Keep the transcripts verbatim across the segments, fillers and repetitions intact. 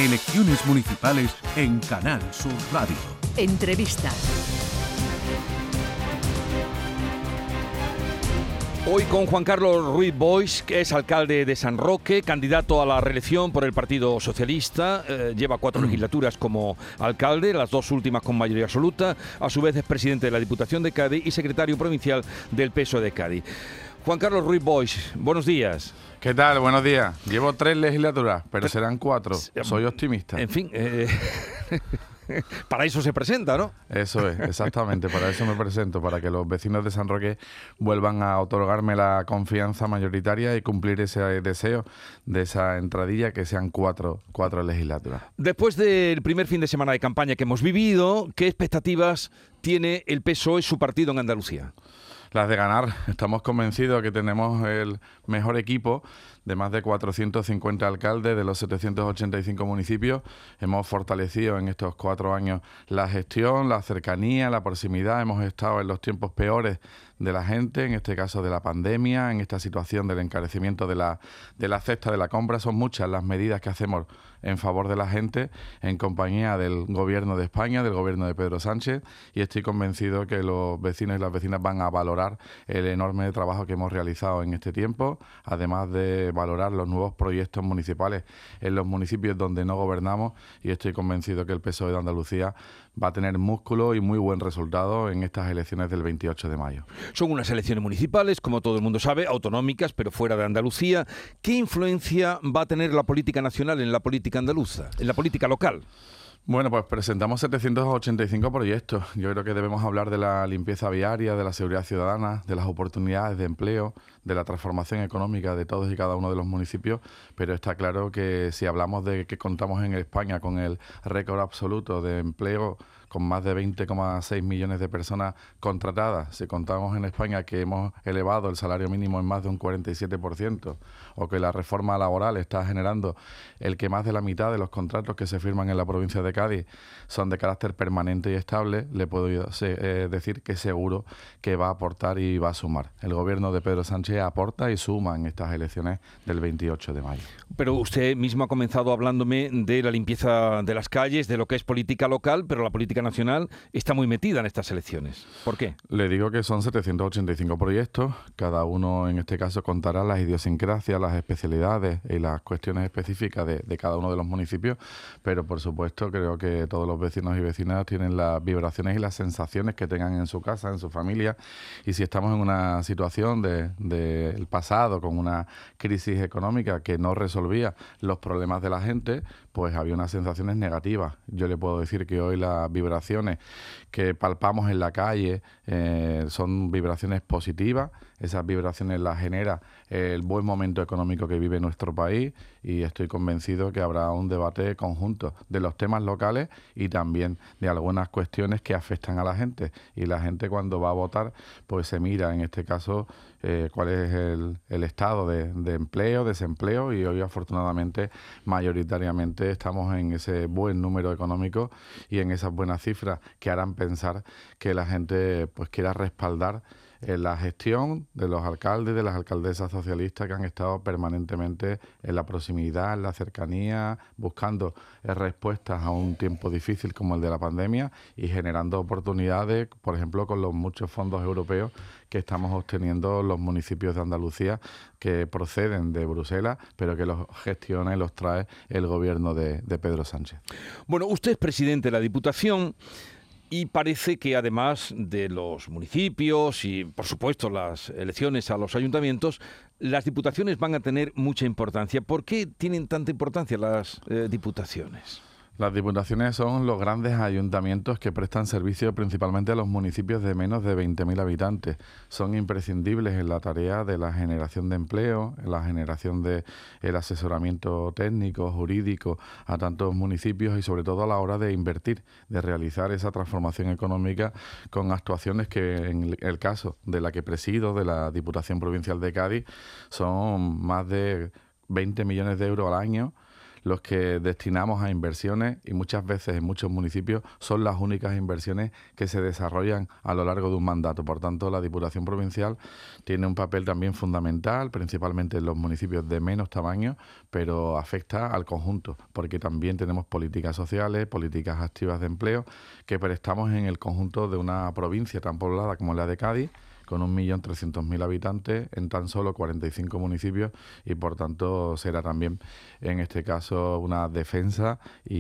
Elecciones municipales en Canal Sur Radio. Entrevistas. Hoy con Juan Carlos Ruiz Boix, que es alcalde de San Roque, candidato a la reelección por el Partido Socialista. Eh, lleva cuatro legislaturas como alcalde, las dos últimas con mayoría absoluta. A su vez es presidente de la Diputación de Cádiz y secretario provincial del P S O E de Cádiz. Juan Carlos Ruiz Boix, buenos días. ¿Qué tal? Buenos días. Llevo tres legislaturas, pero serán cuatro. Soy optimista. En fin, eh, para eso se presenta, ¿no? Eso es, exactamente, para eso me presento, para que los vecinos de San Roque vuelvan a otorgarme la confianza mayoritaria y cumplir ese deseo de esa entradilla, que sean cuatro, cuatro legislaturas. Después del primer fin de semana de campaña que hemos vivido, ¿qué expectativas tiene el P S O E, su partido, en Andalucía? Las de ganar. Estamos convencidos que tenemos el mejor equipo de más de cuatrocientos cincuenta alcaldes de los setecientos ochenta y cinco municipios. Hemos fortalecido en estos cuatro años la gestión, la cercanía, la proximidad. Hemos estado en los tiempos peores de la gente, en este caso de la pandemia, en esta situación del encarecimiento de la, de la cesta de la compra. Son muchas las medidas que hacemos en favor de la gente, en compañía del Gobierno de España, del Gobierno de Pedro Sánchez, y estoy convencido que los vecinos y las vecinas van a valorar el enorme trabajo que hemos realizado en este tiempo, además de valorar los nuevos proyectos municipales en los municipios donde no gobernamos, y estoy convencido que el P S O E de Andalucía va a tener músculo y muy buen resultado en estas elecciones del veintiocho de mayo. Son unas elecciones municipales, como todo el mundo sabe, autonómicas, pero fuera de Andalucía. ¿Qué influencia va a tener la política nacional en la política andaluza, en la política local? Bueno, pues presentamos setecientos ochenta y cinco proyectos. Yo creo que debemos hablar de la limpieza viaria, de la seguridad ciudadana, de las oportunidades de empleo, de la transformación económica de todos y cada uno de los municipios, pero está claro que si hablamos de que contamos en España con el récord absoluto de empleo, con más de veinte coma seis millones de personas contratadas, si contamos en España que hemos elevado el salario mínimo en más de un cuarenta y siete por ciento, o que la reforma laboral está generando el que más de la mitad de los contratos que se firman en la provincia de Cádiz son de carácter permanente y estable, le puedo eh, decir que seguro que va a aportar y va a sumar. El gobierno de Pedro Sánchez aporta y suma en estas elecciones del veintiocho de mayo. Pero usted mismo ha comenzado hablándome de la limpieza de las calles, de lo que es política local, pero la política nacional está muy metida en estas elecciones. ¿Por qué? Le digo que son setecientos ochenta y cinco proyectos, cada uno en este caso contará las idiosincrasias, las especialidades y las cuestiones específicas de, de cada uno de los municipios, pero por supuesto creo que todos los vecinos y vecinas tienen las vibraciones y las sensaciones que tengan en su casa, en su familia, y si estamos en una situación de, de el pasado con una crisis económica que no resolvía los problemas de la gente, pues había unas sensaciones negativas. Yo le puedo decir que hoy las vibraciones que palpamos en la calle eh, son vibraciones positivas. Esas vibraciones las genera el buen momento económico que vive nuestro país, y estoy convencido que habrá un debate conjunto de los temas locales y también de algunas cuestiones que afectan a la gente, y la gente cuando va a votar pues se mira en este caso eh, cuál es el, el estado de, de empleo, desempleo, y hoy afortunadamente mayoritariamente estamos en ese buen número económico y en esas buenas cifras que harán pensar que la gente pues quiera respaldar en la gestión de los alcaldes, de las alcaldesas socialistas que han estado permanentemente en la proximidad, en la cercanía, buscando respuestas a un tiempo difícil como el de la pandemia y generando oportunidades, por ejemplo, con los muchos fondos europeos que estamos obteniendo los municipios de Andalucía, que proceden de Bruselas, pero que los gestiona y los trae el gobierno de, de Pedro Sánchez. Bueno, usted es presidente de la Diputación. Y parece que además de los municipios y, por supuesto, las elecciones a los ayuntamientos, las diputaciones van a tener mucha importancia. ¿Por qué tienen tanta importancia las eh, diputaciones? Las diputaciones son los grandes ayuntamientos que prestan servicio principalmente a los municipios de menos de veinte mil habitantes. Son imprescindibles en la tarea de la generación de empleo, en la generación de el asesoramiento técnico, jurídico a tantos municipios, y sobre todo a la hora de invertir, de realizar esa transformación económica con actuaciones que en el caso de la que presido, de la Diputación Provincial de Cádiz, son más de veinte millones de euros al año los que destinamos a inversiones y muchas veces en muchos municipios son las únicas inversiones que se desarrollan a lo largo de un mandato. Por tanto, la Diputación Provincial tiene un papel también fundamental, principalmente en los municipios de menos tamaño, pero afecta al conjunto, porque también tenemos políticas sociales, políticas activas de empleo que prestamos en el conjunto de una provincia tan poblada como la de Cádiz, con un millón trescientos mil habitantes en tan solo cuarenta y cinco municipios, y por tanto será también en este caso una defensa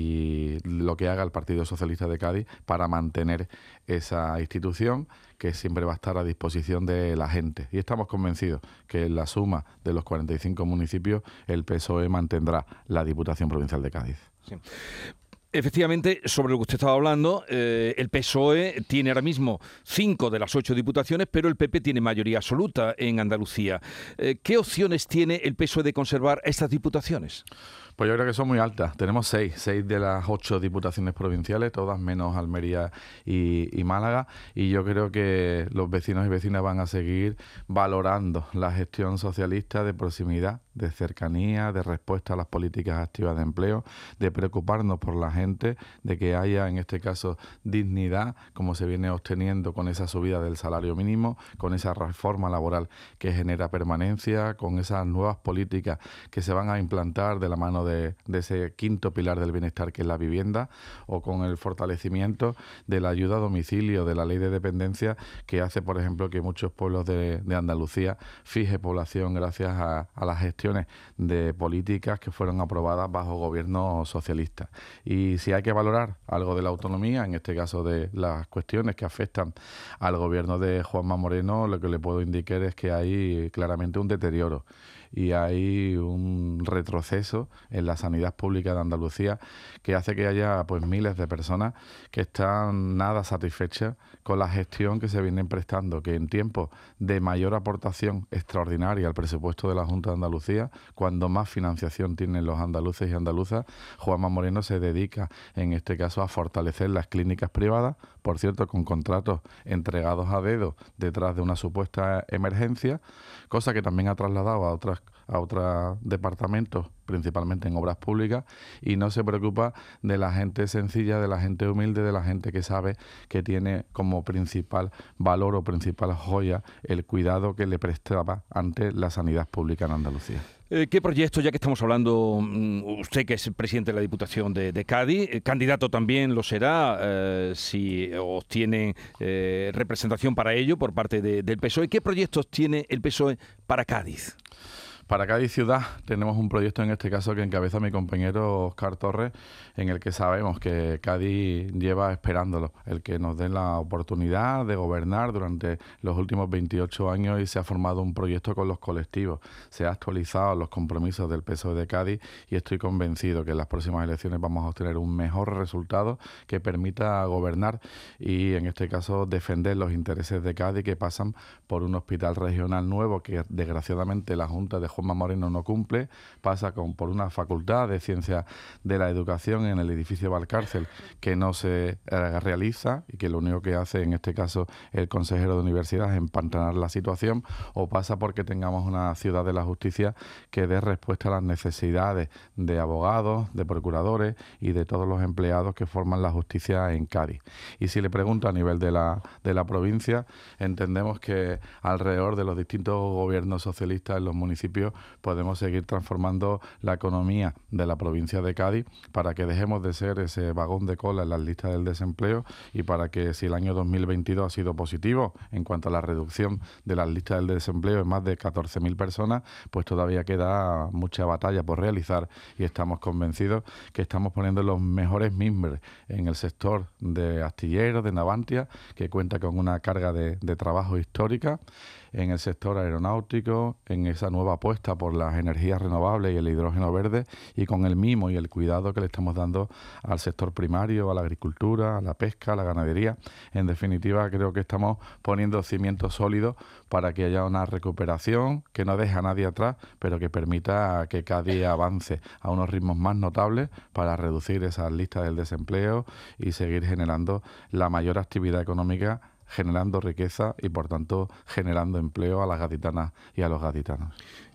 y lo que haga el Partido Socialista de Cádiz para mantener esa institución que siempre va a estar a disposición de la gente. Y estamos convencidos que en la suma de los cuarenta y cinco municipios el P S O E mantendrá la Diputación Provincial de Cádiz. Sí. Efectivamente, sobre lo que usted estaba hablando, eh, el P S O E tiene ahora mismo cinco de las ocho diputaciones, pero el P P tiene mayoría absoluta en Andalucía. Eh, ¿Qué opciones tiene el P S O E de conservar estas diputaciones? Pues yo creo que son muy altas. Tenemos seis, seis de las ocho diputaciones provinciales, todas menos Almería y, y Málaga, y yo creo que los vecinos y vecinas van a seguir valorando la gestión socialista de proximidad, de cercanía, de respuesta a las políticas activas de empleo, de preocuparnos por la gente, de que haya en este caso dignidad, como se viene obteniendo con esa subida del salario mínimo, con esa reforma laboral que genera permanencia, con esas nuevas políticas que se van a implantar de la mano De, de ese quinto pilar del bienestar que es la vivienda, o con el fortalecimiento de la ayuda a domicilio, de la ley de dependencia, que hace, por ejemplo, que muchos pueblos de, de Andalucía fije población gracias a, a las gestiones de políticas que fueron aprobadas bajo gobierno socialista. Y si hay que valorar algo de la autonomía, en este caso de las cuestiones que afectan al gobierno de Juanma Moreno, lo que le puedo indicar es que hay claramente un deterioro y hay un retroceso en la sanidad pública de Andalucía que hace que haya pues miles de personas que están nada satisfechas con la gestión que se viene prestando, que en tiempos de mayor aportación extraordinaria al presupuesto de la Junta de Andalucía, cuando más financiación tienen los andaluces y andaluzas, Juanma Moreno se dedica en este caso a fortalecer las clínicas privadas, por cierto con contratos entregados a dedo detrás de una supuesta emergencia, cosa que también ha trasladado a otras a otros departamentos, principalmente en obras públicas, y no se preocupa de la gente sencilla, de la gente humilde, de la gente que sabe que tiene como principal valor o principal joya el cuidado que le prestaba ante la sanidad pública en Andalucía. Eh, ¿Qué proyectos, ya que estamos hablando, usted que es el presidente de la Diputación de, de Cádiz, eh, candidato también lo será, eh, si obtiene eh, representación para ello por parte de, del P S O E, ¿qué proyectos tiene el P S O E para Cádiz? Para Cádiz Ciudad tenemos un proyecto en este caso que encabeza mi compañero Óscar Torres, en el que sabemos que Cádiz lleva esperándolo, el que nos den la oportunidad de gobernar durante los últimos veintiocho años, y se ha formado un proyecto con los colectivos, se ha actualizado los compromisos del P S O E de Cádiz, y estoy convencido que en las próximas elecciones vamos a obtener un mejor resultado que permita gobernar y en este caso defender los intereses de Cádiz, que pasan por un hospital regional nuevo que desgraciadamente la Junta de Juanma Moreno no cumple, pasa con, por una facultad de Ciencias de la Educación en el edificio Valcárcel que no se eh, realiza, y que lo único que hace en este caso el consejero de universidad es empantanar la situación, o pasa porque tengamos una ciudad de la justicia que dé respuesta a las necesidades de abogados, de procuradores y de todos los empleados que forman la justicia en Cádiz. Y si le pregunto a nivel de la, de la provincia, entendemos que alrededor de los distintos gobiernos socialistas en los municipios podemos seguir transformando la economía de la provincia de Cádiz para que dejemos de ser ese vagón de cola en las listas del desempleo, y para que, si el año dos mil veintidós ha sido positivo en cuanto a la reducción de las listas del desempleo en más de catorce mil personas, pues todavía queda mucha batalla por realizar, y estamos convencidos que estamos poniendo los mejores mimbres en el sector de astilleros, de Navantia, que cuenta con una carga de, de trabajo histórica, en el sector aeronáutico, en esa nueva apuesta por las energías renovables y el hidrógeno verde, y con el mimo y el cuidado que le estamos dando al sector primario, a la agricultura, a la pesca, a la ganadería. En definitiva, creo que estamos poniendo cimientos sólidos para que haya una recuperación que no deje a nadie atrás, pero que permita que Cádiz avance a unos ritmos más notables para reducir esas listas del desempleo y seguir generando la mayor actividad económica, generando riqueza y, por tanto, generando empleo a las gaditanas y a los gaditanos.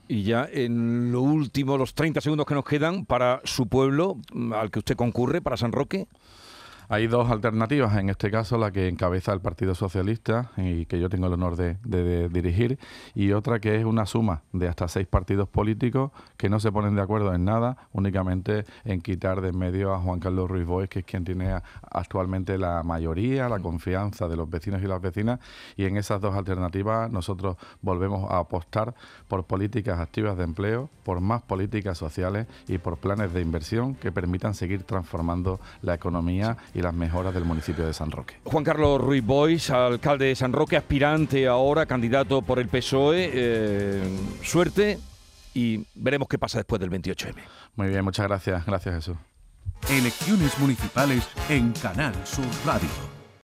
Y ya en lo último, los treinta segundos que nos quedan, para su pueblo, al que usted concurre, para San Roque. Hay dos alternativas, en este caso la que encabeza el Partido Socialista y que yo tengo el honor de, de, de dirigir, y otra que es una suma de hasta seis partidos políticos que no se ponen de acuerdo en nada, únicamente en quitar de en medio a Juan Carlos Ruiz Boix, que es quien tiene actualmente la mayoría, la confianza de los vecinos y las vecinas, y en esas dos alternativas nosotros volvemos a apostar por políticas activas de empleo, por más políticas sociales y por planes de inversión que permitan seguir transformando la economía y las mejoras del municipio de San Roque. Juan Carlos Ruiz Boix, alcalde de San Roque, aspirante ahora, candidato por el P S O E. Eh, suerte y veremos qué pasa después del veintiocho eme. Muy bien, muchas gracias. Gracias, Jesús. Elecciones municipales en Canal Sur Radio.